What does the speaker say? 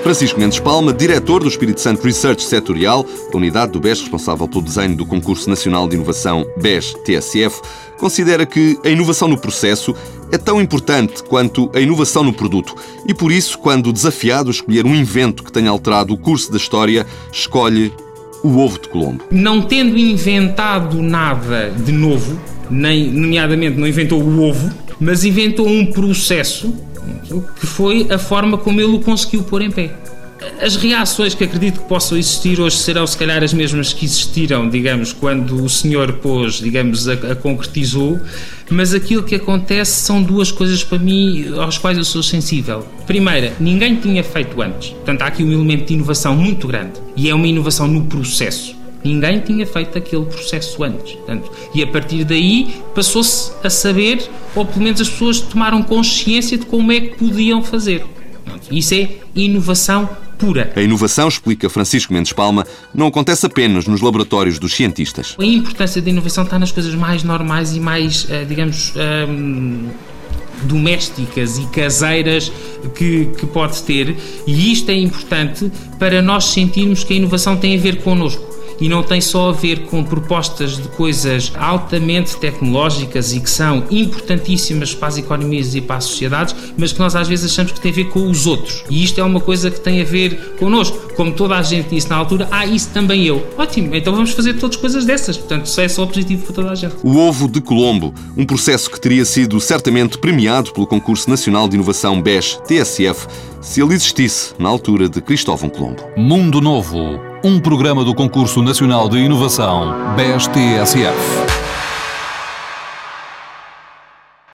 Francisco Mendes Palma, diretor do Espírito Santo Research Setorial, a unidade do BES responsável pelo desenho do Concurso Nacional de Inovação BES-TSF, considera que a inovação no processo é tão importante quanto a inovação no produto e, por isso, quando desafiado a escolher um invento que tenha alterado o curso da história, escolhe o ovo de Colombo. Não tendo inventado nada de novo, nomeadamente não inventou o ovo, mas inventou um processo que foi a forma como ele o conseguiu pôr em pé. As reações que acredito que possam existir hoje serão se calhar as mesmas que existiram, digamos, quando o senhor pôs, digamos, a concretizou, mas aquilo que acontece são duas coisas para mim às quais eu sou sensível. Primeira, ninguém tinha feito antes, portanto há aqui um elemento de inovação muito grande e é uma inovação no processo. Ninguém tinha feito aquele processo antes. Portanto, e a partir daí passou-se a saber, ou pelo menos as pessoas tomaram consciência de como é que podiam fazer. Isso é inovação pura. A inovação, explica Francisco Mendes Palma, não acontece apenas nos laboratórios dos cientistas. A importância da inovação está nas coisas mais normais e mais, digamos, domésticas e caseiras que pode ter, e isto é importante para nós sentirmos que a inovação tem a ver connosco. E não tem só a ver com propostas de coisas altamente tecnológicas e que são importantíssimas para as economias e para as sociedades, mas que nós às vezes achamos que tem a ver com os outros. E isto é uma coisa que tem a ver connosco. Como toda a gente disse na altura, isso também eu. Ótimo, então vamos fazer todas coisas dessas. Portanto, isso é só positivo para toda a gente. O ovo de Colombo, um processo que teria sido certamente premiado pelo Concurso Nacional de Inovação BES-TSF se ele existisse na altura de Cristóvão Colombo. Mundo Novo, um programa do Concurso Nacional de Inovação BES-TSF.